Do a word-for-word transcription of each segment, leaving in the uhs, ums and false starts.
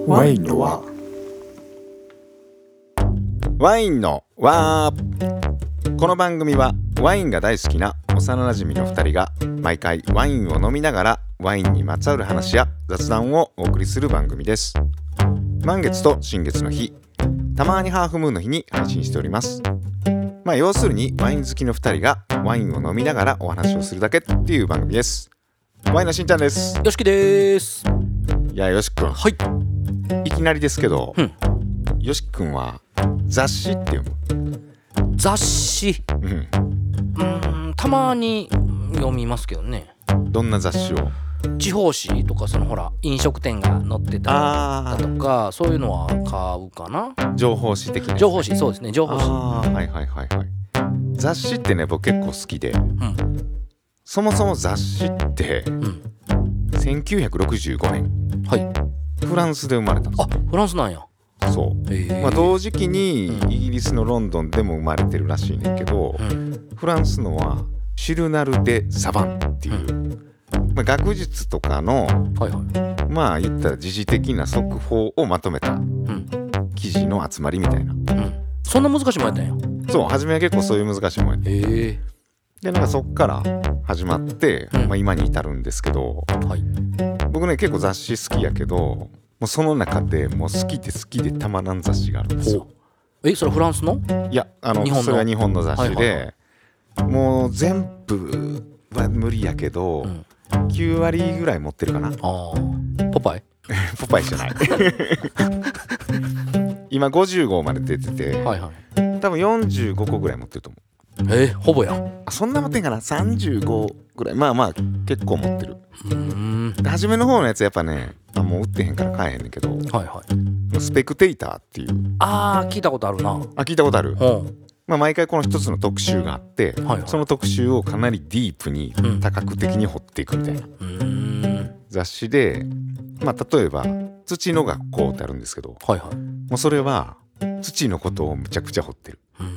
ワインの輪。ワインの輪。この番組はワインが大好きな幼馴染のふたりが毎回ワインを飲みながらワインにまつわる話や雑談をお送りする番組です。満月と新月の日、たまにハーフムーンの日に配信しております。まあ要するにワイン好きのふたりがワインを飲みながらお話をするだけっていう番組です。ワインのしんちゃんです。 よしきです。 いやよしくん、 はい、 いきなりですけど、 うん、 よしくんは雑誌って読む？ 雑誌、 うん、 うーん、たまに読みますけどね。 どんな雑誌を？ 地方紙とか、そのほら飲食店が載ってただとか、そういうのは買うかな。 情報誌的な、ね、 情報誌、そうですね、情報誌。 あー、はいはいはいはい。雑誌ってね、僕結構好きで、 うん、 そもそも雑誌って、 うん、 せんきゅうひゃくろくじゅうごねん、 はい。 フランスで生まれたんですよ。 あ、フランスなんや。 そう、 へー、 まあ、同時期にイギリスのロンドンでも生まれてるらしいねんけど、 うん、 フランスのはシュルナル・デ・サバンっていう、うん、まあ、学術とかの、はいはい、まあ言ったら時事的な速報をまとめた記事の集まりみたいな、うん、 そんな難しいもんやったんや。 そう、初めは結構そういう難しいもんやった。 へー。 でなんかそっから始まって、うん、まあ、今に至るんですけど、はい、僕ね結構雑誌好きやけど、もうその中でもう好きで好きでたまらん雑誌があるんですよ。 え、それフランスの？ いや、あのそれは日本の雑誌で、はいはいはい、もう全部は無理やけど、うん、きゅうわりぐらい持ってるかな。あー、ポパイポパイじゃない今ごじゅうごうまで出てて、はいはい、多分よんじゅうごこぐらい持ってると思う。 えー、ほぼや。 あ、そんな持ってんかな。さんじゅうごぐらい、まあまあ結構持ってる。うーん、初めの方のやつやっぱね、あ、もう売ってへんから買えへんねんけど、はいはい、スペクテイターっていう、 あー、聞いたことあるな。 あ、聞いたことある。まあ、毎回この一つの特集があって、はいはい、その特集をかなりディープに多角的に掘っていくみたいな、うん、雑誌で、まあ、例えば土の学校ってあるんですけど、はいはい、もうそれは土のことをむちゃくちゃ掘ってる。うん、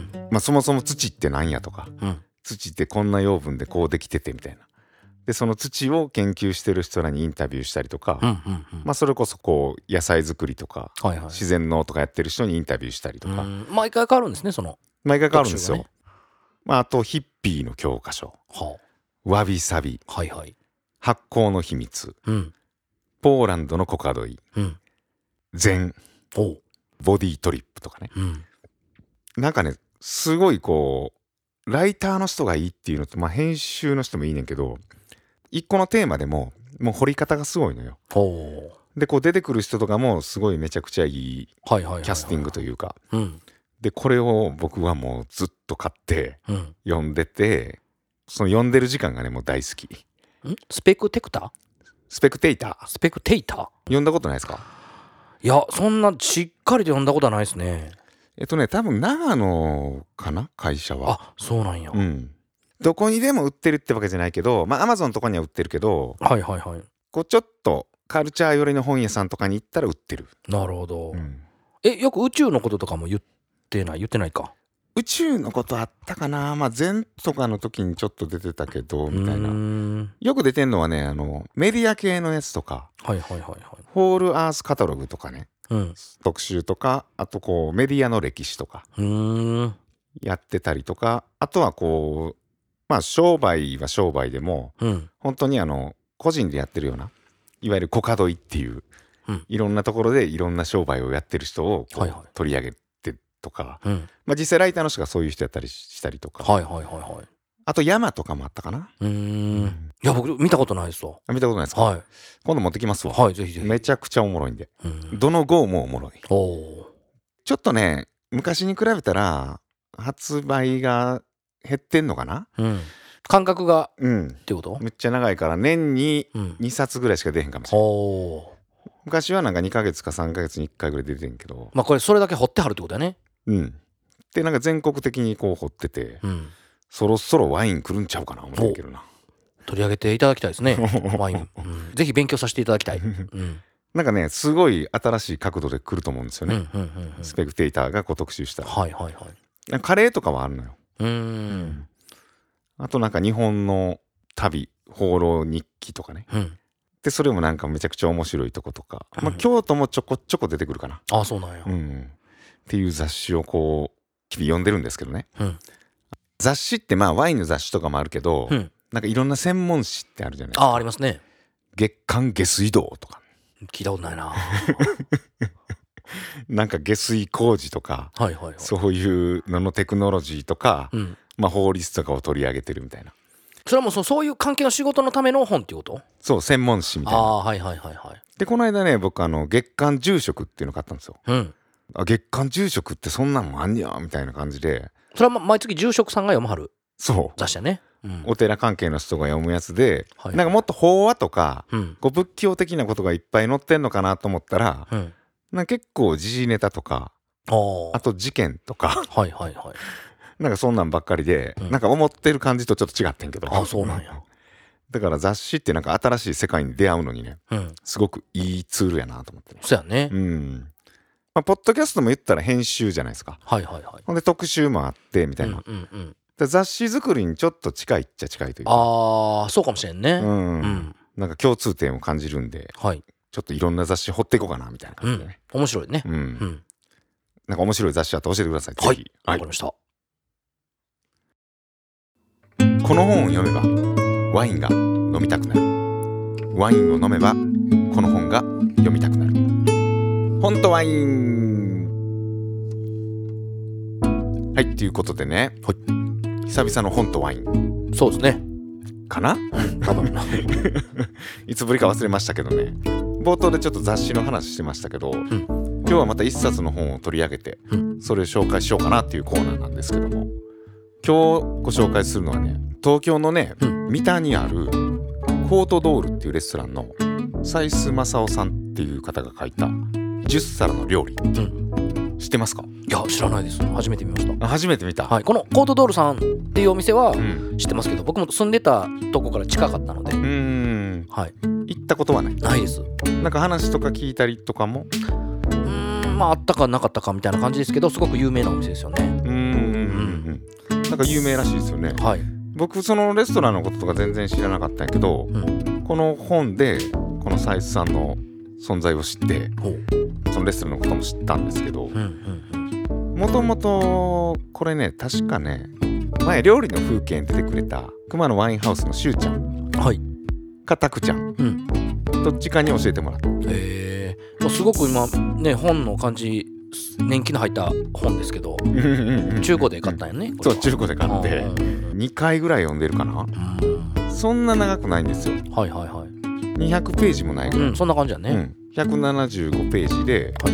まあ、そもそも土って何やとか、うん、土ってこんな養分でこうできててみたいな。でその土を研究してる人らにインタビューしたりとか、うんうんうん、まあ、それこそこう野菜作りとか、はいはい、自然農とかやってる人にインタビューしたりとか、 毎回変わるんですね、その毎回変わるんですよ、ね。まあ、あとヒッピーの教科書、はあ、わびさび、はいはい、発酵の秘密、うん、ポーランドのコカドイ、うん、禅、ボディトリップとかね、うん、なんかねすごいこうライターの人がいいっていうのと、まあ、編集の人もいいねんけど、一個のテーマでももう掘り方がすごいのよ。でこう出てくる人とかもすごいめちゃくちゃいいキャスティングというか、うん、でこれを僕はもうずっと買って読んでて、その読んでる時間がねもう大好き。 んスペクテクタースペクテイタースペクテイター読んだことないですか？ いや、そんなしっかりと読んだことはないですね。 えっとね多分長野かな、会社は。 あ、そうなんや。 うん、どこにでも売ってるってわけじゃないけど、まあアマゾンとかには売ってるけど、はいはいはい、こうちょっとカルチャー寄りの本屋さんとかに行ったら売ってる。 なるほど、うん、え、よく宇宙のこととかも言ってない言ってないか。 宇宙のことあったかな。まあ禅とかの時にちょっと出てたけどみたいな。よく出てんのはね、あのメディア系のやつとか、はいはいはいはい、ホールアースカタログとかね、うん、特集とか、あとこうメディアの歴史とかやってたりとか、あとはこうまあ商売は商売でも、うん、本当にあの個人でやってるようないわゆるコカドイっていう、うん、いろんなところでいろんな商売をやってる人をこう、はいはい、取り上げてとか、うん、まあ、実際ライターの人がそういう人やったりしたりとか、はいはいはいはい、あと山とかもあったかな。うーん、うん、いや僕見たことないですわ。 見たことないですか？はい、今度持ってきますわ。 はい、ぜひぜひ。 めちゃくちゃおもろいんで、うん、どの号もおもろい。おちょっとね昔に比べたら発売が減ってんのかな、うん、 間隔が、うん、ってこと？ めっちゃ長いから年ににさつぐらいしか出へんかもしれない、うん、お昔はなんかにかげつかさんかげつにいっかいぐらい出てんけど、 まあこれそれだけ掘ってはるってことだね。 うん、でなんか全国的にこう掘ってて、うん、そろそろワイン来るんちゃうかな思ってんけどな。 取り上げていただきたいですねワイン、うん、ぜひ勉強させていただきたい、うん、 なんかねすごい新しい角度で来ると思うんですよね、うんうんうんうん、スペクテイターがこう特集したら、はいはいはい、カレーとかはあるのよ。うーん、うん、あとなんか日本の旅放浪日記とかね、うん、 でそれもなんかめちゃくちゃ面白いとことか、まあ、京都もちょこちょこ出てくるかな。 あ、そうなんや、 うん、っていう雑誌をこう日々読んでるんですけどね、うん、雑誌ってまあワインの雑誌とかもあるけど、うん、なんかいろんな専門誌ってあるじゃないですか。 あ、ありますね。 月刊下水道とか聞いたことないななんか下水工事とか、はいはいはい、そういうののテクノロジーとか、うん、まあ、法律とかを取り上げてるみたいな。 それはもう そ, そういう関係の仕事のための本っていうこと？ そう、専門誌みたいな。 あ、はいはいはいはい。 でこの間ね僕あの月刊住職っていうの買ったんですよ、うん、あ、月刊住職ってそんなんもあんにゃみたいな感じで。 それは毎月住職さんが読まはるそう雑誌やね、 うん、お寺関係の人が読むやつで、はい、なんかもっと法話とか、うん、こう仏教的なことがいっぱい載ってんのかなと思ったら、うん、なんか結構時事ネタとか、あと事件とかはいはいはい、なんかそんなんばっかりで、うん、なんか思ってる感じとちょっと違ってんけど。 あ、そうなんや。 だから雑誌ってなんか新しい世界に出会うのにね、うん、すごくいいツールやなと思って、ね、 そうやね、うん、 まあ、ポッドキャストも言ったら編集じゃないですか。 はいはいはい。 ほんで特集もあってみたいな、うんうんうん、で雑誌作りにちょっと近いっちゃ近いというか。 ああ、そうかもしれんね、うんうん、 なんか共通点を感じるんで、はい、ちょっといろんな雑誌掘っていこうかなみたいな感じでね、 うん、面白いね、うんうん、 なんか面白い雑誌あったら教えてください。 はい、わかりました。 この本を読めばワインが飲みたくなる。ワインを飲めばこの本が読みたくなる。本とワイン。はいということでね、はい、久々の本とワイン。 そうですねかな多分いつぶりか忘れましたけどね。冒頭でちょっと雑誌の話してましたけど、うん、今日はまた一冊の本を取り上げて、うん、それを紹介しようかなっていうコーナーなんですけども、今日ご紹介するのはね、東京のね、うん、三田にあるコートドールっていうレストランの斉須正夫さんっていう方が書いたじゅっさらの料理、うん、知ってますか？ いや知らないです。初めて見ました。 初めて見た、 はい、このコートドールさんっていうお店は知ってますけど、うん、僕も住んでたとこから近かったので、うーん、はい、行ったことはない。 ないです。 なんか話とか聞いたりとかも、うーん、まああったかなかったかみたいな感じですけど、すごく有名なお店ですよね。うーん、うん、 なんか有名らしいですよね。はい、僕そのレストランのこととか全然知らなかったんやけど、うん、この本でこの斉須さんの存在を知ってそのレストランのことも知ったんですけど、もともとこれね確かね前料理の風景に出てくれた熊野ワインハウスのしゅうちゃん、はい、かたくちゃん、うん、どっちかに教えてもらった。 へえ、すごく今ね本の感じ年季の入った本ですけど中古で買ったんやね。 そう、中古で買ってにかいぐらい読んでるかな。そんな長くないんですよ。はいはいはい。にひゃくページもないぐらい、 うん、そんな感じやね、うん、 ひゃくななじゅうごページで、はい、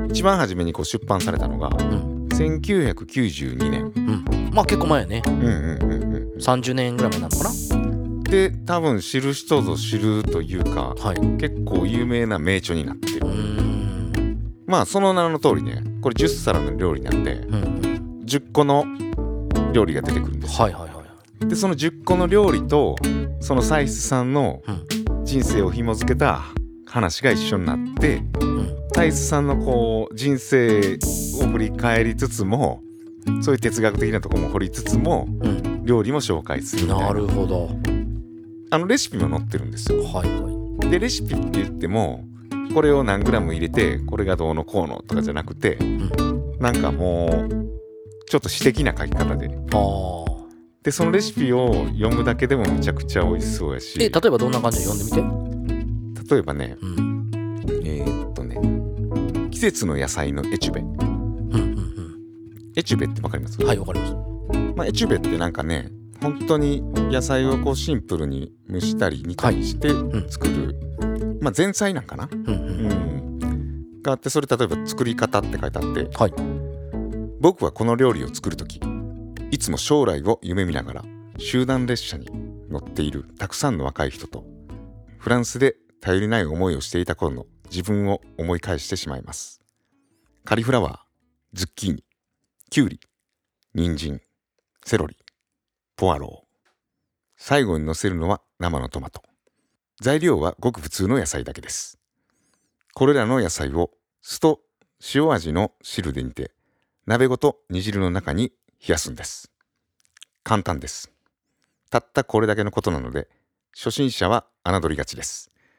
一番初めにこう出版されたのが、うん、せんきゅうひゃくきゅうじゅうにねん、うん、 まあ結構前やね、うんうんうんうん、さんじゅうねんぐらい前なのかな。 で多分知る人ぞ知るというか、はい、結構有名な名著になってる。うーん、まあその名の通りね、これじゅっさらの料理なんで、うん、じゅっこの料理が出てくるんですよ。はいはいはい。でそのじゅっこの料理とその斉須さんの人生を紐づけた話が一緒になって、斉須さんのこう人生を振り返りつつも、そういう哲学的なところも掘りつつも、うん、料理も紹介するみたいな。 なるほど。 あのレシピも載ってるんですよ。はいはい。でレシピって言ってもこれを何グラム入れてこれがどうのこうのとかじゃなくて、うん、なんかもうちょっと詩的な書き方で、あでそのレシピを読むだけでもめちゃくちゃ美味しそうやし。 え、例えばどんな感じで読んでみて。例えばね、うん、えー、っとね季節の野菜のエチュベ、うんうんうん、エチュベってわかります？ はい、わかります。 まあ、エチュベってなんかね本当に野菜をこうシンプルに蒸したり煮たりして作る、はい、うん、まあ前菜なんかな、うんうんうん、があって、それ例えば作り方って書いてあって、はい、僕はこの料理を作るときいつも将来を夢見ながら集団列車に乗っているたくさんの若い人とフランスで頼りない思いをしていた頃の自分を思い返してしまいます。カリフラワー、ズッキーニ、キュウリ、人参、セロリ、ポアロー、最後に乗せるのは生のトマト。材料はごく普通の野菜だけです。これらの野菜を酢と塩味の汁で煮て鍋ごと煮汁の中に冷やすんです。簡単です。たったこれだけのことなので初心者は侮りがちです。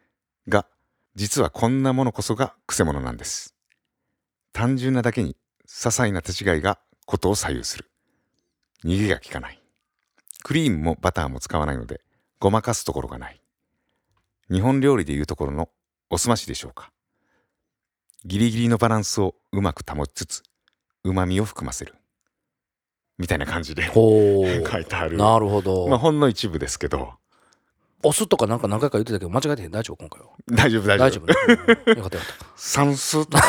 が、実はこんなものこそがくせ者なんです。単純なだけに些細な手違いがことを左右する。逃げが効かない。クリームもバターも使わないのでごまかすところがない。日本料理でいうところのおすましでしょうか。ギリギリのバランスをうまく保ちつつ旨味を含ませるみたいな感じで書いてある。 なるほど。 まあほんの一部ですけど、 お酢とかなんか何回か言ってたけど間違えてへん？大丈夫今回は？ 大丈夫大丈夫大丈夫、ね、よかったよかった。 酸素とか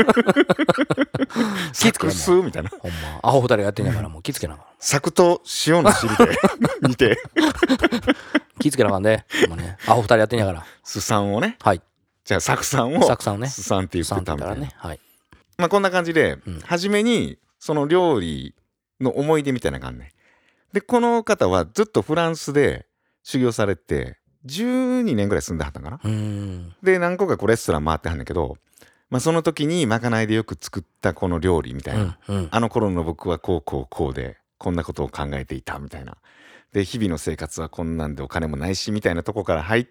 気付けな酢みたいな。 ほんまアホ二人がやってんやからもう気付けなあかん。 酢と塩の汁で煮て気付けなあかんで、ほんまね、アホ二人やってんやから。 酢酸をね、 はい、 じゃあ酢酸を酢酸をね、 酢酸って言ってたみたいなね、はい。 まあこんな感じで、 うん、 初めにその料理の思い出みたいな感じね。でこの方はずっとフランスで修行されてじゅうにねんぐらい住んではったかな。 うんで何個かこうレストラン回ってはんだけど、まあ、その時にまかないでよく作ったこの料理みたいな、 うんうん、 あの頃の僕はこうこうこうでこんなことを考えていたみたいな、で日々の生活はこんなんでお金もないしみたいなとこから入って、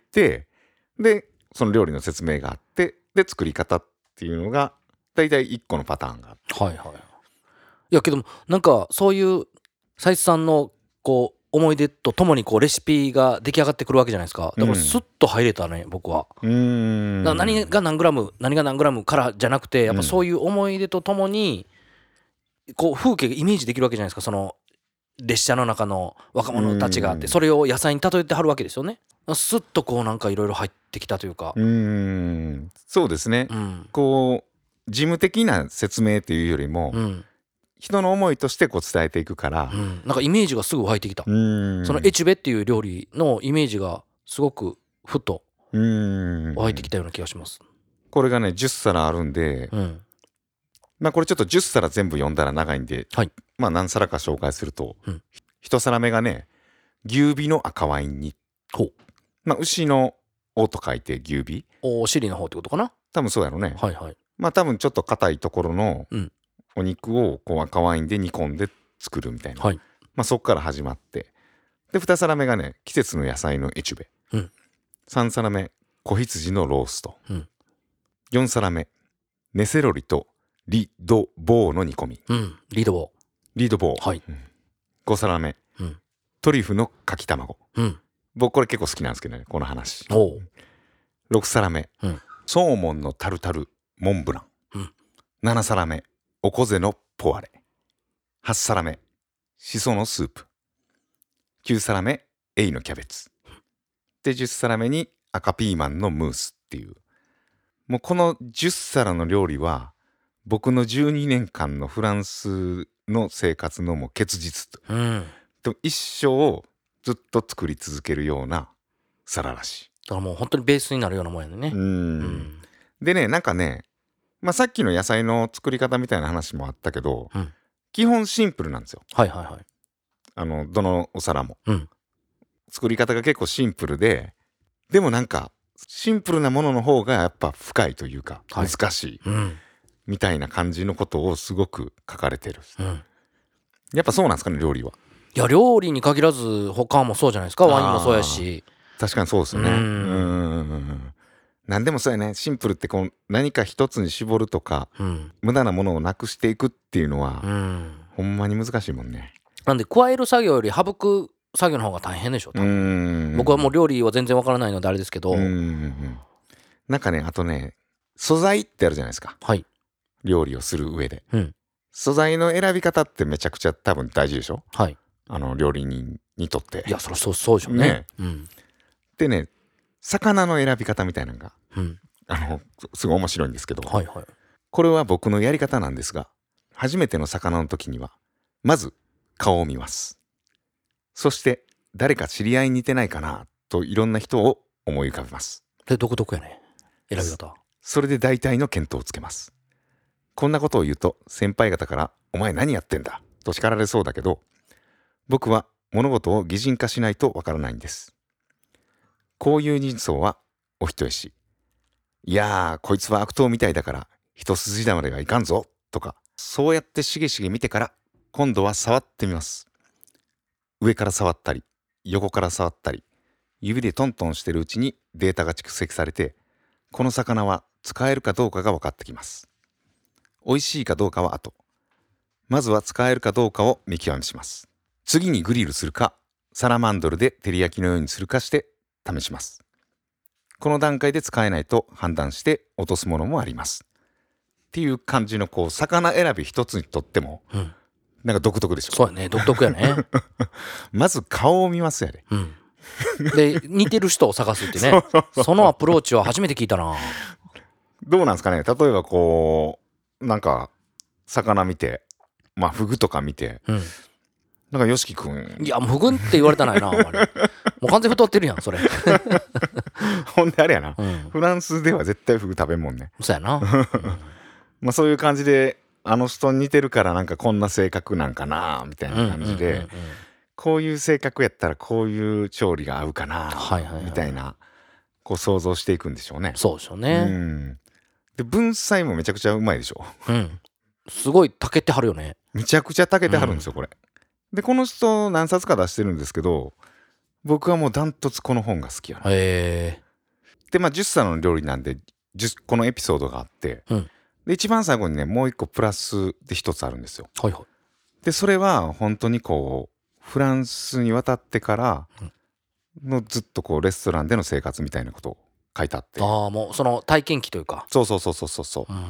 でその料理の説明があって、で作り方っていうのがだいたいいっこのパターンがあって、 はいはい。いやけどなんかそういう斉津さんのこう思い出とともにこうレシピが出来上がってくるわけじゃないですか。だからスッと入れたね、うん、僕は。 うーん、 だから何が何グラム何が何グラムからじゃなくて、やっぱそういう思い出とともにこう風景がイメージできるわけじゃないですか。その列車の中の若者たちがあって、それを野菜に例えてはるわけですよね。スッとこうなんかいろいろ入ってきたというか。 うーん、そうですね、 うん、 こう事務的な説明っていうよりも、うん、人の思いとしてこう伝えていくから、 うん、なんかイメージがすぐ湧いてきた。そのエチュベっていう料理のイメージがすごくふっと湧いてきたような気がします。 これがねじゅっ皿あるんで、うん、まあこれちょっとじゅっ皿全部読んだら長いんで、はい、まあ何皿か紹介すると、うん、いち皿目がね牛尾の赤ワイン煮、ほう、まあ牛の尾と書いて牛尾、 お尻の方ってことかな。 多分そうやろね。 はいはい。 まあ多分ちょっと硬いところの、うん、お肉をこう赤ワインで煮込んで作るみたいな、はい、まあ、そこから始まって、でに皿目がね季節の野菜のエチュベ、うん、さん皿目子羊のロースト、うん、よん皿目ネセロリとリドボーの煮込み、 うん、リドボーリドボー、はい、うん、ご皿目、うん、トリュフのかき卵、うん、僕これ結構好きなんですけどねこの話。おろく皿目、うん、ソーモンのタルタルモンブラン、うん、なな皿目おこぜのポワレ、はち皿目しそのスープ、きゅう皿目エイのキャベツで、じゅっ皿目に赤ピーマンのムースっていう、もうこのじゅっ皿の料理は僕のじゅうにねんかんのフランスの生活のもう結実と、うん、と一生ずっと作り続けるような皿らしい。 だからもう本当にベースになるようなもんやね。うん、うん、 でねなんかね、まあ、さっきの野菜の作り方みたいな話もあったけど、うん、基本シンプルなんですよ。 はいはいはい。 あのどのお皿も、うん、作り方が結構シンプルで、でもなんかシンプルなものの方がやっぱ深いというか難しい、はい、うん、みたいな感じのことをすごく書かれてる、うん、やっぱそうなんですかね料理は。 いや料理に限らず他もそうじゃないですか。ワインもそうやし。 確かにそうですよね。うんうん何でもそうやね。シンプルってこう何か一つに絞るとか、うん、無駄なものをなくしていくっていうのは、うん、ほんまに難しいもんね。 なんで加える作業より省く作業の方が大変でしょ。多分僕はもう料理は全然わからないのであれですけど、うんうん、 なんかねあとね素材ってあるじゃないですか、はい、料理をする上で、うん、素材の選び方ってめちゃくちゃ多分大事でしょ、はい、あの料理人にとって。 いやそりゃそうそうでしょうね。ね、うん、 でね魚の選び方みたいなのが、うん、あのすごい面白いんですけど、はいはい、これは僕のやり方なんですが、初めての魚の時にはまず顔を見ます。そして誰か知り合いに似てないかなといろんな人を思い浮かべます。 で独特やね選び方。 それで大体の見当をつけます。こんなことを言うと先輩方からお前何やってんだと叱られそうだけど、僕は物事を擬人化しないとわからないんです。こういう人相はお人よし、いやーこいつは悪党みたいだから一筋縄ではいかんぞとか、そうやってしげしげ見てから今度は触ってみます。上から触ったり横から触ったり指でトントンしてるうちにデータが蓄積されて、 この魚は使えるかどうかが分かってきます。美味しいかどうかは後。まずは使えるかどうかを見極めします。次にグリルするか、サラマンドルで照り焼きのようにするかして試します。この段階で使えないと判断して落とすものもあります。っていう感じのこう魚選び一つにとっても、うん、なんか独特でしょ。 そうやね、独特やね。 まず顔を見ますやで、 うん、で似てる人を探すってね。そのアプローチは初めて聞いたな。 どうなんですかね。例えばこうなんか魚見て、まあフグとか見て、うん、なんかよしきくん、 いやもうフグって言われたないな。あれもう完全太ってるやんそれ。 ほんであれやな、うん、フランスでは絶対フグ食べんもんね。 そうやな。うん、 まあそういう感じで、あの人に似てるからなんかこんな性格なんかなみたいな感じで、うんうんうんうん、こういう性格やったらこういう調理が合うかな、はいはいはい、みたいなこう想像していくんでしょうね。 そうでしょうね。うん、 で文才もめちゃくちゃうまいでしょ。 うん、すごいたけてはるよね。 めちゃくちゃたけてはるんですよ、うん、これ。でこの人何冊か出してるんですけど、僕はもうダントツこの本が好きやな。へー。でまあじゅっさいの料理なんでこのエピソードがあって、うん、で一番最後にねもう一個プラスで一つあるんですよ。はいはい。でそれは本当にこうフランスに渡ってからのずっとこうレストランでの生活みたいなことを書いてあって、 ああもうその体験記というか、 そうそうそうそうそうそう、うん、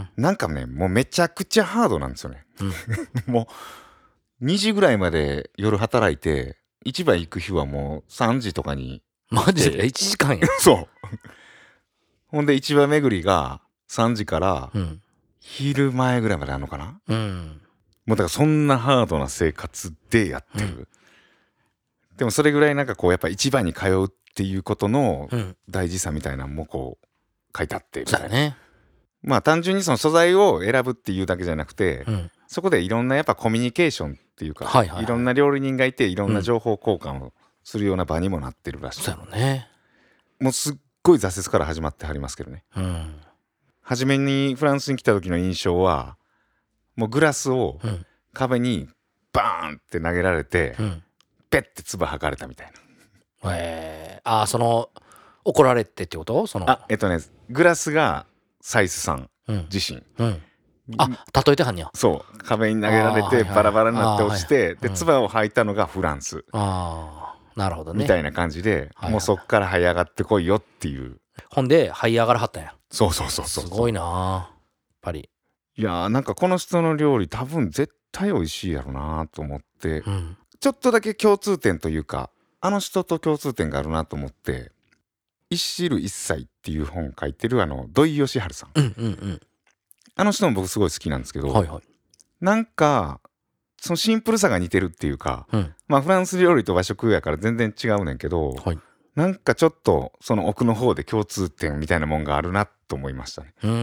なんかねもうめちゃくちゃハードなんですよね、うん、もうにじぐらいまで夜働いて市場行く日はもうさんじとかに。 マジでいちじかんや。 そうほんで市場巡りがさんじから昼前ぐらいまであるのかな、うん、もうだからそんなハードな生活でやってる、うん、でもそれぐらいなんかこうやっぱ市場に通うっていうことの大事さみたいなのもこう書いてあってみたいな、そうね、まあ単純にその素材を選ぶっていうだけじゃなくて、うん、そこでいろんなやっぱコミュニケーションっていうか、はいはいはい、いろんな料理人がいていろんな情報交換をするような場にもなってるらしい、うん、そうやろね。もうすっごい挫折から始まってはりますけどね、うん、初めにフランスに来た時の印象はもうグラスを壁にバーンって投げられて、うん、ペッて唾吐かれたみたいな。 えー、ああその怒られてってこと？そのあえっとねグラスがサイスさん自身、うんうん、 あ例えてはんや。 そう壁に投げられてバラバラになって落ちて、はいはい、で唾を吐いたのがフランス、あなるほどねみたいな感じで、はいはい、もうそっから這い上がってこいよっていう。 ほんで這い上がらはったんや。 そうそうそうそう、 すごいなやっぱり。 いやーなんかこの人の料理多分絶対美味しいやろなと思って、うん、ちょっとだけ共通点というかあの人と共通点があるなと思って「一汁一菜」っていう本書いてるあの土井善晴さん、うんうんうん、あの人も僕すごい好きなんですけど、はいはい、なんかそのシンプルさが似てるっていうか、うん、まあフランス料理と和食やから全然違うねんけど、はい、なんかちょっとその奥の方で共通点みたいなもんがあるなと思いましたね。うーん、うん、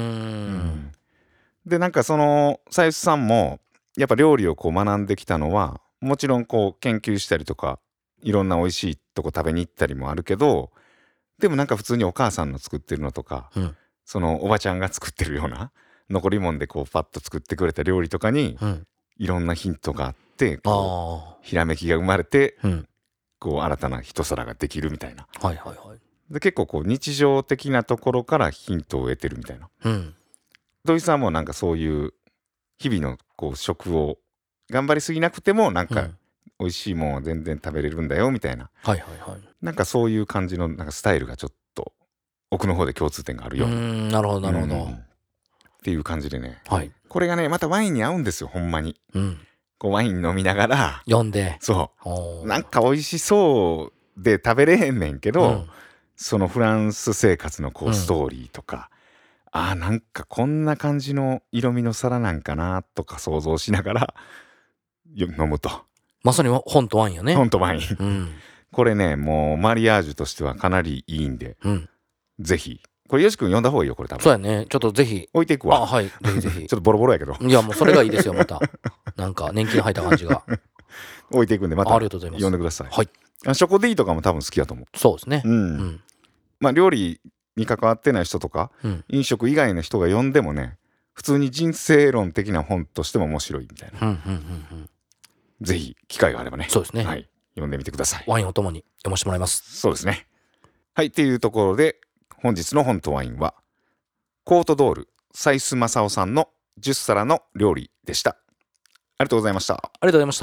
でなんかそのさゆすさんもやっぱ料理をこう学んできたのはもちろんこう研究したりとかいろんな美味しいとこ食べに行ったりもあるけど、でもなんか普通にお母さんの作ってるのとか、うん、そのおばちゃんが作ってるような残り物でこうパッと作ってくれた料理とかに、うん、いろんなヒントがあってこうひらめきが生まれて、うん、こう新たな一皿ができるみたいな、はいはいはい、で結構こう日常的なところからヒントを得てるみたいな、うん、土井さんもなんかそういう日々のこう食を頑張りすぎなくてもなんか、うん、美味しいもんは全然食べれるんだよみたいな、はいはいはい、なんかそういう感じのなんかスタイルがちょっと奥の方で共通点があるような、うーんなるほどなるほど、うん、っていう感じでね、はい、これがねまたワインに合うんですよほんまに、うん、こうワイン飲みながら読んでそうなんか美味しそうで食べれへんねんけど、うん、そのフランス生活のこうストーリーとか、うん、あーなんかこんな感じの色味の皿なんかなとか想像しながら飲むと、 まさに本とワインよね。 本とワイン、うん、これねもうマリアージュとしてはかなりいいんで、うん、ぜひこれよし君読んだ方がいいよこれ多分。 そうやねちょっとぜひ置いていくわ。 あはいぜひぜひちょっとボロボロやけどいやもうそれがいいですよまたなんか年金入った感じが置いていくんでまた読んでください。はいあショコディとかも多分好きだと思う。 そうですね、うんうん、 まあ料理に関わってない人とか、うん、飲食以外の人が読んでもね普通に人生論的な本としても面白いみたいな、うんうんうんうん、ぜひ機会があればねそうですね、 はい、読んでみてください。 ワインをともに読ませてもらいます。 そうですねはいっていうところで本日の本とワインはコートドールサイスマサオさんのじゅっ皿の料理でした。ありがとうございました。 ありがとうございました。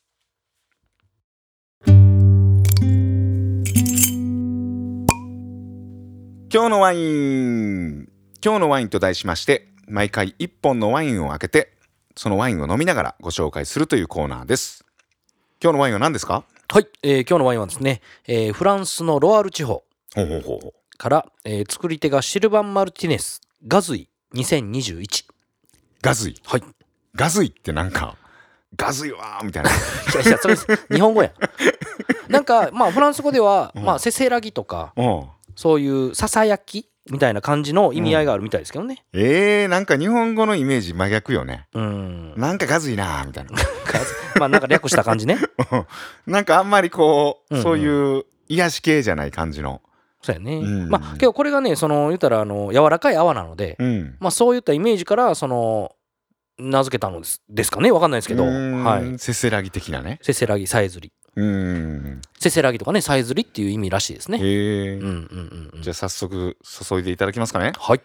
今日のワイン今日のワインと題しまして、毎回いっぽんのワインを開けてそのワインを飲みながらご紹介するというコーナーです。今日のワインは何ですか？ はい、えー、今日のワインはですね、えー、フランスのロワール地方から、えー、作り手がシルバン・マルティネスガズイにせんにじゅういち。 ガズイ、 はい、 ガズイってなんかガズイわーみたいな。いやいやそれ日本語やなんかまあフランス語では、まあ、せせらぎとか、うん、そういうささやきみたいな感じの意味合いがあるみたいですけどね、 うん、えー、なんか日本語のイメージ真逆よね。うん、なんかガズイなーみたいなまあなんか略した感じねなんかあんまりこう、うんうん、そういう癒し系じゃない感じの。 そうやね、うん、まあけどこれがねその言ったらあの柔らかい泡なので、うん、まあそういったイメージからその名付けたのですですかね、わかんないですけど、はい、 せせらぎ的なね。 せせらぎさえずり、うんせせらぎとかねさえずりっていう意味らしいですね。へえ、うんうんうん、 じゃあ早速注いでいただきますかね。 はい。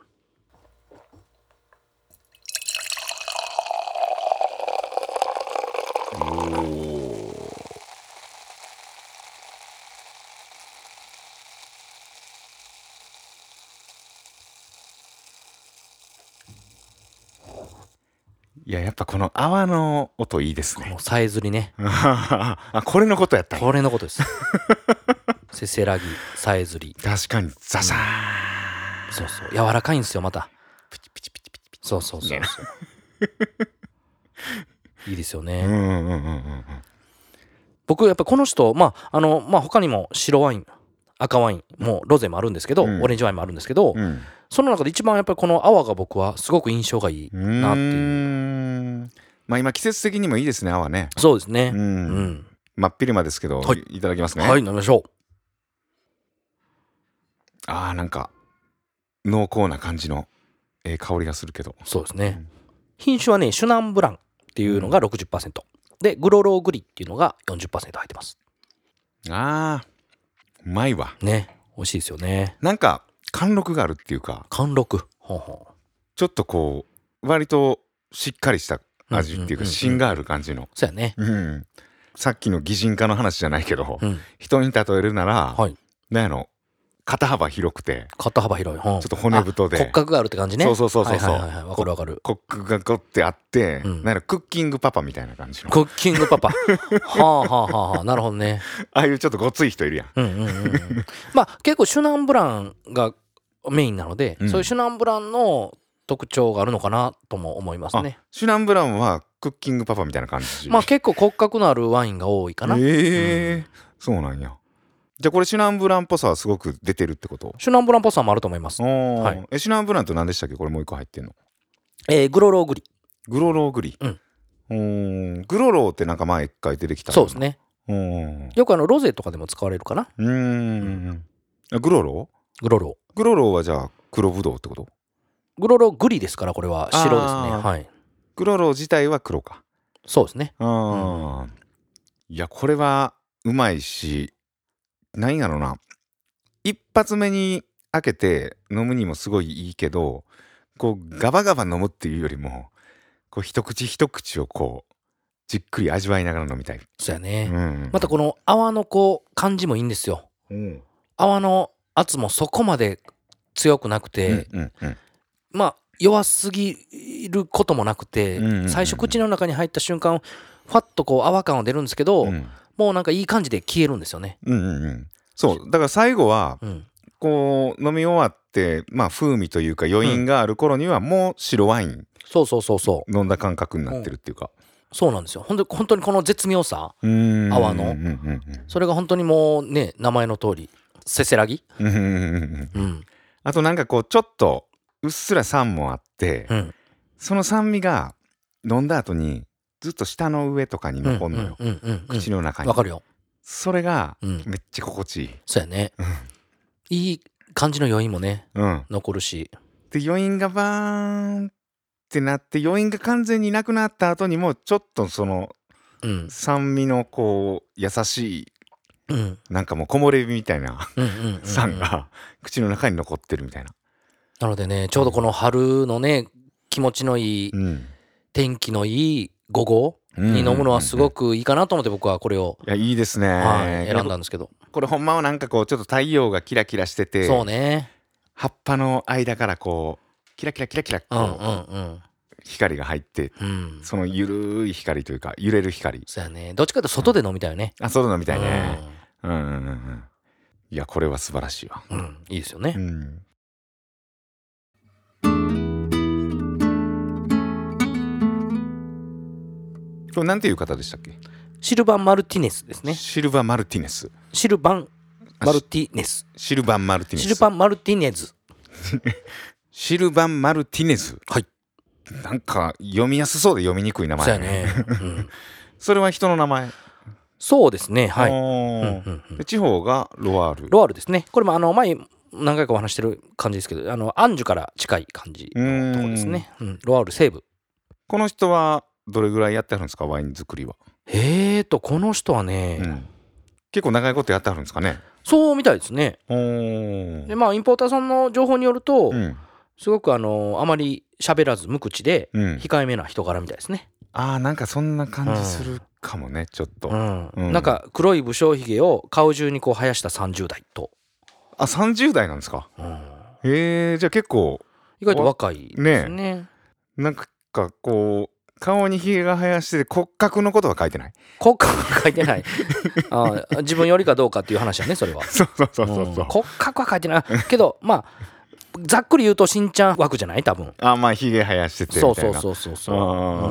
いややっぱこの泡の音いいですね。 このさえずりねあ、これのことやったんや。 これのことですせせらぎさえずり、 確かにザザーン、 うん、そうそう柔らかいんですよまた。プチプチプチプチプチ、そうそうそうそういいですよね。うんうんうんうん、僕やっぱこの人まああのまあ他にも白ワイン赤ワインもうロゼもあるんですけど、うん、オレンジワインもあるんですけど、うん、その中で一番やっぱりこの泡が僕はすごく印象がいいなっていう。うーん、まあ今季節的にもいいですね泡ね。 そうですね。 うん、うん、真っ昼間ですけど、はい、いただきますね。 はい、飲みましょう。 あーなんか濃厚な感じの、えー、香りがするけど。 そうですね、うん、品種はねシュナンブランっていうのが ろくじゅっパーセント、うん、でグロローグリっていうのが よんじゅっパーセント 入ってます。 あーうまいわね、美味しいですよね。 なんか貫禄があるっていうか、 貫禄、ほうほう、 ちょっとこう割としっかりした味っていうか芯がある感じの。 そうやね、うん、 さっきの擬人化の話じゃないけど、うん、人に例えるなら、はい、なんやろ肩幅広くて肩幅広い、うん、 ちょっと骨太で骨格があるって感じね。 そうそうそうそうそう、 はいはいはい、わかるわかる。 骨格がゴッてあって、うん、なんやろクッキングパパみたいな感じの。 クッキングパパはあはあはあはあ、なるほどね。 ああいうちょっとごつい人いるやん。うんうんうん、うん、 まあ結構シュナンブランがメインなので、うん、そういうシュナンブランの特徴があるのかなとも思いますね。 シュナンブランはクッキングパパみたいな感じ。 まあ結構骨格のあるワインが多いかな。 へえ、うん、そうなんや。じゃあこれシュナンブランっぽさはすごく出てるってこと？ シュナンブランっぽさもあると思います。はい、 えシュナンブランと何でしたっけ？これもう一個入ってんの。 えー、グロローグリ。グロローグリ。うん。うんグロローってなんか前一回出てきた。 そうですね。よくあのロゼとかでも使われるかな。うーん。グロロー？グロロー。グロローはじゃあ黒ブドウってこと？ グロローグリですからこれは白ですね。はい。 グロロー自体は黒か。 そうですね。 ああ、うん、いやこれはうまいし。なんやろな、一発目に開けて飲むにもすごいいいけど、こうガバガバ飲むっていうよりもこう一口一口をこうじっくり味わいながら飲みたい。 そうやね、うんうん、またこの泡のこう感じもいいんですよ、うん、泡の圧もそこまで強くなくて、うんうんうん、まあ弱すぎることもなくて、うんうんうん、最初口の中に入った瞬間ファッとこう泡感は出るんですけど、うん、もうなんかいい感じで消えるんですよね。 うんうんうん、そうだから最後は、うん、こう飲み終わってまあ風味というか余韻がある頃にはもう白ワイン、 そうそうそうそう飲んだ感覚になってるっていうか、うん、 そうなんですよ。ほんで本当にこの絶妙さ、泡の、うんうん、それが本当にもうね名前の通りせせらぎ、うん、 あとなんかこうちょっとうっすら酸もあって、うん、その酸味が飲んだ後にずっと舌の上とかに残るのよ、口の中に。 わかるよ。 それがめっちゃ心地いい、うん、 そうやね、うん、いい感じの余韻もね、うん、残るし、 で余韻がバーンってなって余韻が完全になくなった後にもちょっとその、うん、酸味のこう優しいうん、なんかもう木漏れ日みたいな酸が口の中に残ってるみたいな。 なのでね、ちょうどこの春のね気持ちのいい、うん、天気のいい午後に飲むのはすごくいいかなと思って僕はこれを、 いやいいですね、 はい、選んだんですけど、 これほんまはなんかこうちょっと太陽がキラキラしてて、 そうね、 葉っぱの間からこうキラキラキラキラこう、うんうんうん、光が入って、うん、そのゆるい光というか揺れる光。 そうやね、どっちかというと外で飲みたいよね、 うん、あ、外で飲みたいね、うん、うんうんうん、いやこれは素晴らしいわ、 うん、いいですよね、うん、 これなんていう方でしたっけ？ シルバン・マルティネスですね。 シルバン・マルティネス。 シルバン・マルティネス。 シルバン・マルティネス。 シルバン・マルティネズ。 シルバン・マルティネズ。 はい。 なんか読みやすそうで読みにくい名前。 そうやね。うん、 それは人の名前。 そうですね。はい。うんうんうん、で地方がロワール。 ロワールですね。これもあの前何回かお話してる感じですけど、あのアンジュから近い感じのところですね。うん、ロワール西部。 この人はどれぐらいやってあるんですか、ワイン作りは。 えーとこの人はね、うん、 結構長いことやってあるんですかね。 そうみたいですね。でまあインポーターさんの情報によると、うん、すごくあのあまり喋らず無口で控えめな人柄みたいですね、 うん、あーなんかそんな感じするかもね、うん、ちょっと、うんうん、なんか黒い武将髭を顔中にこう生やしたさんじゅう代と。 あ、さんじゅう代なんですか、うん、へえ、じゃあ結構意外と若いですね。 ね、なんかこう顔にひげが生やしてて骨格のことは書いてない。 骨格は書いてないあ、自分よりかどうかっていう話やね、それは。 そうそうそうそう、うん、 骨格は書いてないけど、まあざっくり言うとしんちゃん枠じゃない、多分。 あ、まあひげ生やしててみたいな。 そうそうそうそうそう、うん、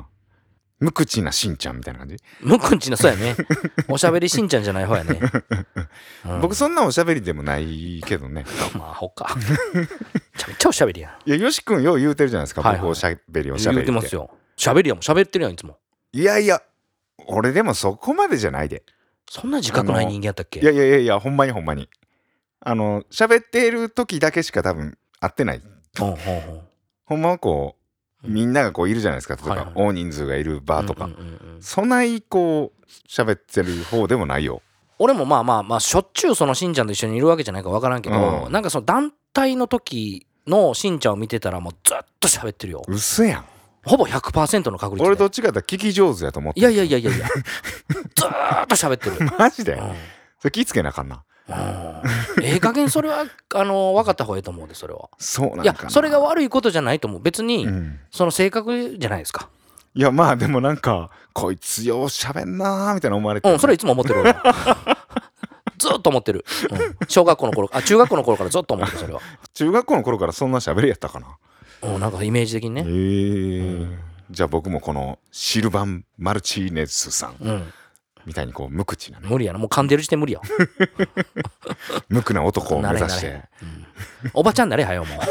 無口なしんちゃんみたいな感じ。 無口な、そうやね。おしゃべりしんちゃんじゃない方やね、 うん、僕そんなおしゃべりでもないけどね。 まあほかめちゃめちゃおしゃべりやん。 いや、よし君よう言うてるじゃないですか、はいはい、僕おしゃべりおしゃべりって言うてますよ。しゃべりやもん、しゃべってるやんいつも。 いやいや、俺でもそこまでじゃないで。 そんな自覚ない人間やったっけ。 いやいやいやいや、ほんまにほんまにあの喋っている時だけしか多分会ってない。ほうほうほう、ほんまはこうみんながこういるじゃないですか、例えば、はいはい、大人数がいるバーとか、うんうんうんうん、そないこう喋ってる方でもないよ。 俺もまあまあまあしょっちゅうそのしんちゃんと一緒にいるわけじゃないか分からんけど、うん、なんかその団体の時のしんちゃんを見てたらもうずっと喋ってるよ。 うそやん。 ほぼ ひゃくパーセント の確率で。 俺どっちかって聞き上手やと思ってる。いやいやいやいやいやずーっと喋ってる。 マジで、うん、それ気ぃつけなあかんな。 ええ加減それはあの分かった方がいいと思うで、それは。 そうなんかな。 いやそれが悪いことじゃないと思う、別に、うん、その性格じゃないですか。 いやまあでもなんかこいつようしゃべんなーみたいな思われて、 ね、うんそれいつも思ってる俺ずっと思ってる、うん、小学校の頃あ中学校の頃からずっと思ってる。それは中学校の頃からそんなしゃべりやったかな。 うん、なんかイメージ的にね。へえ、うん、じゃあ僕もこのシルバン・マルチーネスさん、うんみたいにこう無口なね。 無理やな、もう噛んでる時点無理や無垢な男を目指して、 うん、おばちゃんなれはよもう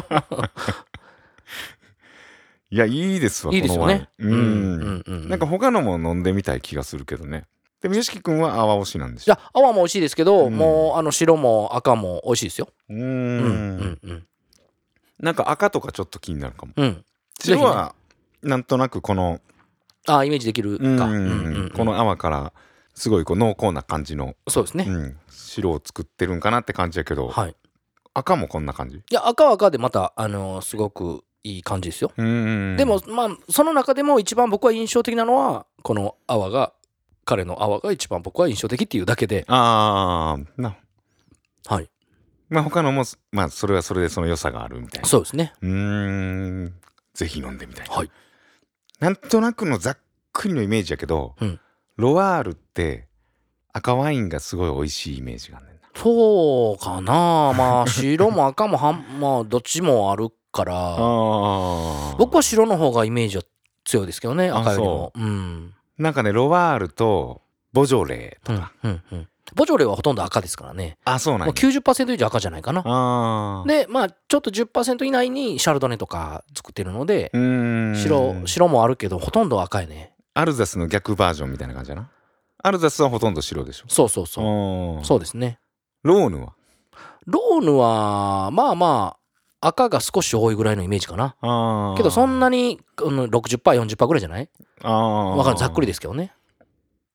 いやいいですわ、 いいですよね。 このワイン、うんうんうん、なんか他のも飲んでみたい気がするけどね。でもよしきくんは泡推しなんですよ。 いや泡も美味しいですけど、うん、もうあの白も赤も美味しいですよ。うんうんうんうんなんか赤とかちょっと気になるかも、うん、白はなんとなくこのあイメージできるか、うんうんうんうん、この泡からすごいこう濃厚な感じの、 そうですね、 うん、白を作ってるんかなって感じやけど、はい、赤もこんな感じ。いや赤は赤でまた、あのー、すごくいい感じですよ。うんうんでもまあその中でも一番僕は印象的なのはこの泡が彼の泡が一番僕は印象的っていうだけで。 ああなはいまあ他のもまあそれはそれでその良さがあるみたいな。 そうですね。 うーんぜひ飲んでみたい。はいなんとなくのざっくりのイメージやけど、うん、ロワールって赤ワインがすごい美味しいイメージがあるねんな。 そうかな。まあ白も赤もはんまあどっちもあるからあ僕は白の方がイメージは強いですけどね、赤よりも。う、うん、 なんかねロワールとボジョレーとか、うんうんうん、 ボジョレーはほとんど赤ですからね。 あそうなんや。もうきゅうじゅっパーセント 以上赤じゃないかな。あでまあちょっと じゅっパーセント 以内にシャルドネとか作ってるので、うーん 白, 白もあるけどほとんど赤いね。 アルザスの逆バージョンみたいな感じだな。アルザスはほとんど白でしょ。 そうそうそうそうですね。 ローヌはローヌはまあまあ赤が少し多いぐらいのイメージかな。あけどそんなに、うん、ろくじゅっパーセント よんじゅっパーセント ぐらいじゃない。あわかるざっくりですけどね。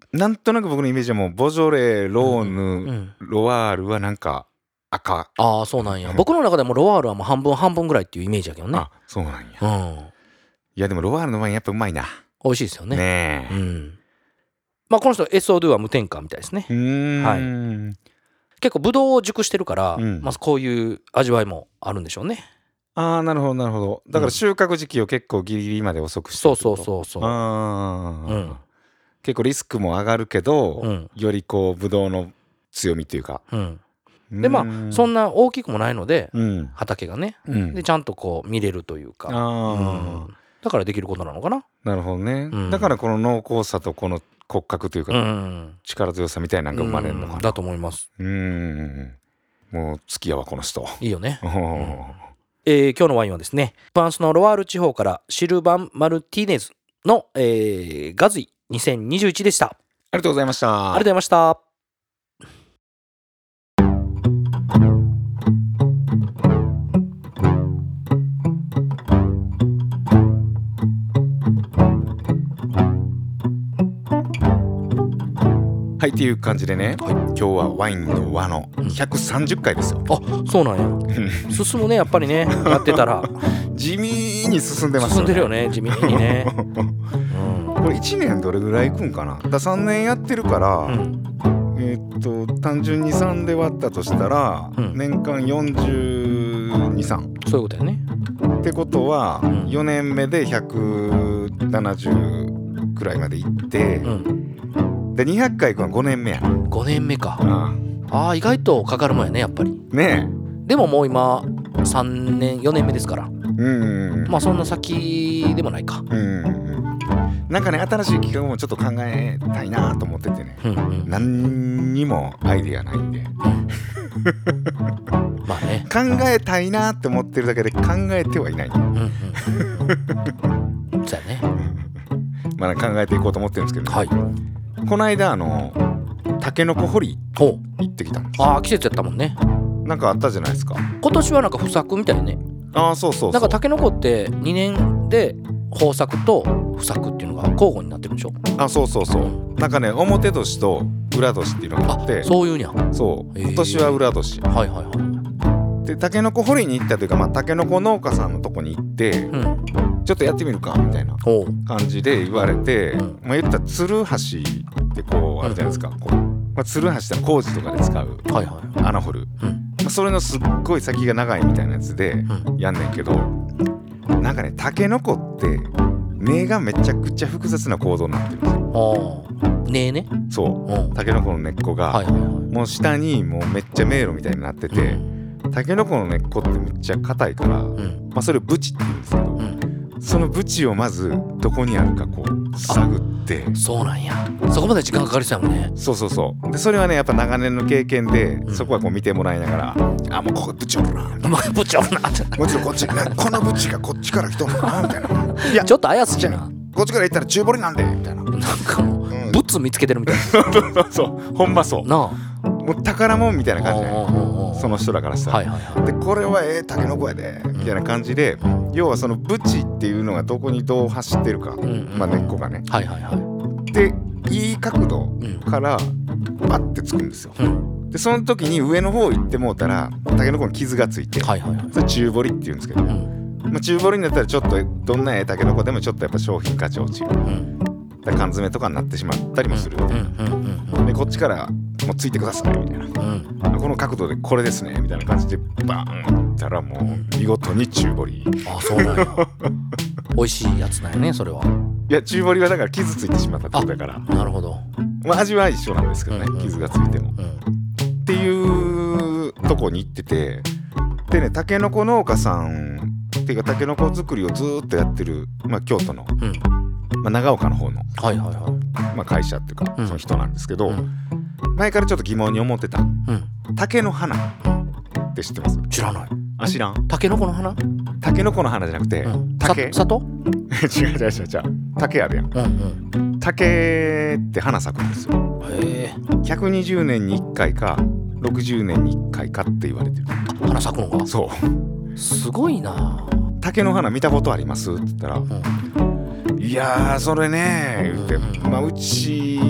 なんとなく僕のイメージはもうボジョレローヌ、うん、ロワールはなんか赤。 ああそうなんや、うん、僕の中でもロワールはもう半分半分ぐらいっていうイメージやけどね。 あそうなんや、うん、いやでもロワールのワインやっぱうまいな。 美味しいですよね。 ねえ、 うん、まあこの人 エスオードゥ は無添加みたいですね。 うーん、 はい、結構ブドウを熟してるから、うん、まずこういう味わいもあるんでしょうね。 ああなるほどなるほど。だから収穫時期を結構ギリギリまで遅くしてる、 うん、そうそうそうそう。 ああ、うん、結構リスクも上がるけど、うん、よりこうブドウの強みっていうか、うん、 でまあそんな大きくもないので、うん、畑がね、うん、でちゃんとこう見れるというか、あ、うん、だからできることなのかな。 なるほどね、うん、だからこの濃厚さとこの骨格というか、うん、力強さみたいなのが生まれるのかな、うん、 だと思います。 うん、もう好きやわこの人。 いいよね、うん、えー、今日のワインはですねフランスのロワール地方からシルバン・マルティネズの、えー、ガズイにせんにじゅういちでした。 ありがとうございました。 ありがとうございました。 はいっていう感じでね、はい、今日はワインの輪のひゃくさんじゅっかいですよ。 あそうなんや進むねやっぱりねやってたら地味に進んでますよね。進んでるよね地味にね、 うん、これいちねんどれぐらいいくんかな。ださんねんやってるから、うん、えー、っと単純にさんで割ったとしたら、うん、年間よんじゅうに、さんそういうことやね。 ってことは、うん、よねんめでひゃくななじゅうくらいまでいって、うん、でにひゃっかい行くのはごねんめや。 ごねんめか。ああ意外とかかるもんやねやっぱりね。 えでももう今さんねんよねんめですから、うんうん、まあそんな先でもないか。うんうん、 なんかね新しい企画もちょっと考えたいなと思っててね、うんうん、何にもアイデアないんでまあね考えたいなって思ってるだけで考えてはいない、うんうん、 そうやねまだ考えていこうと思ってるんですけど、ね、はい、この間あのタケノコ掘り行ってきたんです。 ああ季節やったもんね。 なんかあったじゃないですか。 今年はなんか不作みたいね。 ああそうそうそう。 なんかタケノコってにねんで豊作と不作っていうのが交互になってるんでしょ。 あそうそうそう、うん、なんかね表年と裏年っていうのがあって。 あそういうんや。 そう今年は裏年。はいはいはいでタケノコ掘りに行ったというか、まあ、タケノコ農家さんのとこに行って、うん、ちょっとやってみるかみたいな感じで言われて、うん、まあ、言ったらツルハシってこうあるじゃないですか、うん、こう、まあ、ツルハシって工事とかで使う穴掘る、うん、まあ、それのすっごい先が長いみたいなやつでやんねんけど、なんかねタケノコって根がめちゃくちゃ複雑な構造になってるんですよ。 根ね。 そうタケノコの根っこが、はいはいはい、もう下にもうめっちゃ迷路みたいになってて、うん、タケノコの根っこってめっちゃ硬いから、うん、まあ、それをブチって言うんですけど、うん、そのブチをまずどこにあるかこう探って。 そうなんや。そこまで時間かかりそうやもんね。 そうそうそうでそれはねやっぱ長年の経験で、うん、そこはこう見てもらいながら、あもうここブチおるなブチおるなもちろんこっち、ね、このブチがこっちから来とんのかなみたいな。 いやちょっとあやすじゃな。 こっちから行ったら中堀なんでみたいな。 なんかもう、うん、ブツ見つけてるみたいな。 そうそうそうほんまそうなあ。もう宝物みたいな感じで、その人らからしたら、はいはいはい、でこれはええタケノコやでみたいな感じで、うん、要はそのブチっていうのがどこにどう走ってるか、うんうん、まあ、根っこがね、はいはいはい、でいい角度からバッてつくんですよ、うん、でその時に上の方行ってもうたらタケノコに傷がついて、はいはいはい、それ中堀っていうんですけど、うん、まあ、中堀になったらちょっとどんなええタケノコでもちょっとやっぱ商品価値落ちる、うん、だ缶詰とかになってしまったりもするみたいな、でこっちからもうついてくださいみたいな、うん、この角度でこれですねみたいな感じでバーンったらもう見事に中堀。 あそうなんや美味しいやつなんやねそれは。 いや中堀はだから傷ついてしまったってことだから。 なるほど。 まあ味は一緒なんですけどね、うんうん、傷がついても、うん、っていうとこに行ってて、でねタケノコ農家さんっていうかタケノコ作りをずーっとやってる、まあ、京都の、うん、まあ、長岡の方の、はいはいはい、まあ、会社っていうか、うん、その人なんですけど、うん、前からちょっと疑問に思ってた、うん、竹の花って知ってます？ 知らない。 あ知らん？ タケノコの花？ タケノコの花じゃなくて、うん、竹里？ 違う違う違う違う竹あるやん、うんうん、竹って花咲くんですよ。へー。ひゃくにじゅうねんにいっかいかろくじゅうねんにいっかいかって言われてる。 花咲くのが？ そうすごいな。 竹の花見たことありますって言ったら、うん、いやーそれね言って、うんうん、まあうち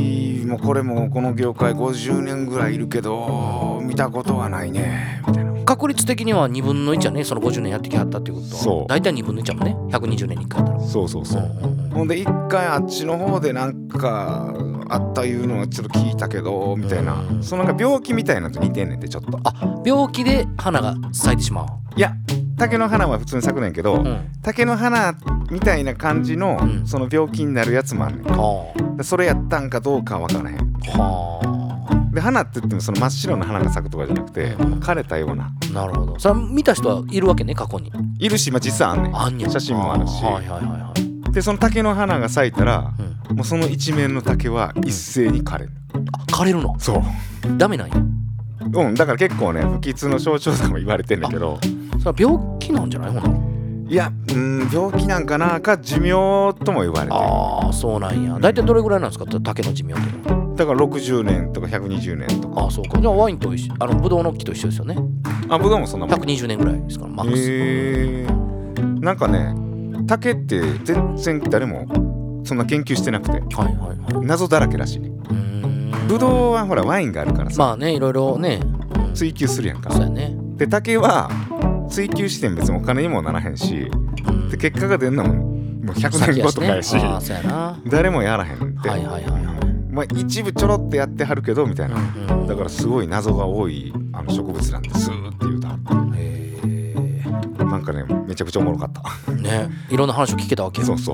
もうこれもこの業界ごじゅうねんぐらいいるけど見たことはないねみたいな。 確率的にはにぶんのいちやね、そのごじゅうねんやってきはったっていうことは。そう大体にぶんのいちやもんね、ひゃくにじゅうねんにいっかいやったら。 そうそうそう、うんうんうん、ほんで一回あっちの方でなんかあったいうのはちょっと聞いたけどみたいな、うん、そのなんか病気みたいなのと似てんねんってちょっと。 あ、病気で花が咲いてしまう。 いや竹の花は普通に咲くねんけど、うん、竹の花みたいな感じの、うん、その病気になるやつもあんねん、うん、それやったんかどうかは分からへん。はあ。で花って言ってもその真っ白な花が咲くとかじゃなくて、うん、枯れたような。 なるほど。それ見た人はいるわけね、過去に。 いるし、まあ、実際あんねん。あんねん。写真もあるし。はいはいはいはい。でその竹の花が咲いたら、うん、もうその一面の竹は一斉に枯れる、うん、 あ、枯れるの。 そうダメなんや。 うん、だから結構ね不吉の象徴とかも言われてんだけど。 それは病気なんじゃないほんなら。 いや、うん、病気なんかなか寿命とも言われてる。 ああ、そうなんや。大体どれぐらいなんですか、竹の寿命っていうのは。 だからろくじゅうねんとかひゃくにじゅうねんとか。 ああ、そうか。じゃあワインと一緒、あのブドウの木と一緒ですよね。 あ、ブドウもそんなもん。 ひゃくにじゅうねんぐらいですからマックス。 へー。なんかね竹って全然誰もそんな研究してなくて、はいはいはい、謎だらけらしいね。うーん、ブドウはほらワインがあるからさ、 まあね、いろいろね、 うん、追求するやんか。 そうやね。 で竹は追求してん別にお金にもならへんし、うん、で結果が出るのももうひゃくねんごとかやし、ね、あ、そうやな、誰もやらへんって、はいはいはいはい、まあ、一部ちょろってやってはるけどみたいな、うんうん、だからすごい謎が多いあの植物なんですって言うた。へー。なんかねめちゃくちゃおもろかったね。いろんな話を聞けたわけよ。 そうそう。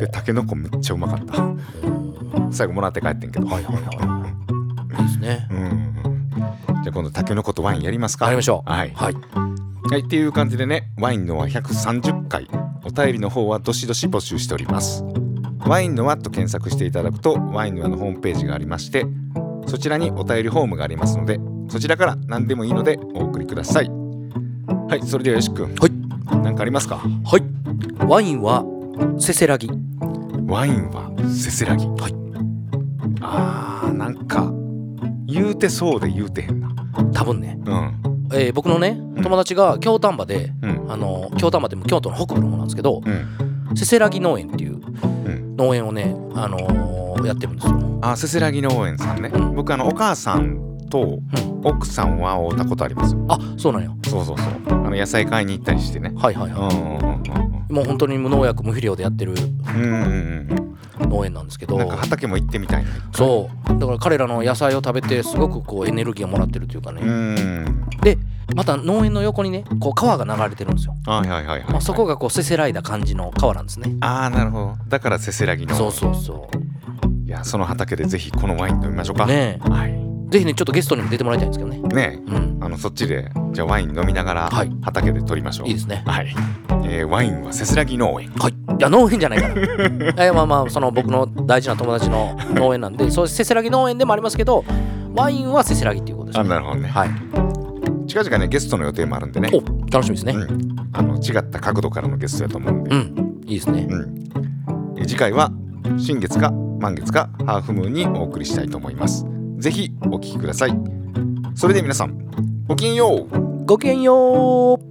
でタケノコめっちゃうまかった。最後もらって帰ってんけど。はいはいはい。いいですね。うん。じゃあ今度タケノコとワインやりますか。 やりましょう。 はいはい、はい、っていう感じでね、ワインのはひゃくさんじゅっかい、お便りの方はどしどし募集しております。ワインの輪と検索していただくとワインの輪のホームページがありまして、そちらにお便りフォームがありますので、そちらから何でもいいのでお送りください。はい、それではよしくん、はい、何かありますか。 はい、ワインはせせらぎ。 ワインはせせらぎ。はい。あー、なんか言うてそうで言うてへんな。 多分ね、うん、えー、僕のね友達が京丹波で、うん、あの京丹波でも京都の北部の方なんですけど、うん、せせらぎ農園っていう農園をね、あのー、やってるんですよ。 あ、せせらぎ農園さんね、うん、僕あのお母さんと奥さんは会ったことありますよ。 あ、そうなんや。 そうそうそう、あの野菜買いに行ったりしてね。はいはいはい、うんうんうんうん、 もう本当に無農薬無肥料でやってる農園なんですけど、 なんか畑も行ってみたいな。 そうだから彼らの野菜を食べてすごくこうエネルギーをもらってるというかね。うん、でまた農園の横にねこう川が流れてるんですよ。はいはいはいはい、はい、まあ、そこがこうせせらいだ感じの川なんですね。 ああ、なるほど。だからせせらぎの。 そうそうそう。 いや、その畑でぜひこのワイン飲みましょうかね。 はい、 ぜひねちょっとゲストにも出てもらいたいんですけどね。ねえ、うん、あのそっちでじゃあワイン飲みながら畑で撮りましょう。 はい、いいですね。 はい、えー、ワインはせせらぎ農園。 はい。いや農園じゃないからいやまあまあその僕の大事な友達の農園なんで、そうせせらぎ農園でもありますけど、ワインはせせらぎっていうことですね。 あ、なるほどね。はい。近々ねゲストの予定もあるんでね。 お、楽しみですね。 うん、あの違った角度からのゲストやと思うんで。 うん、いいですね。うん、 え次回は新月か満月かハーフムーンにお送りしたいと思います。ぜひお聞きください。それでは皆さんごきげんよう。 ごきげんよう。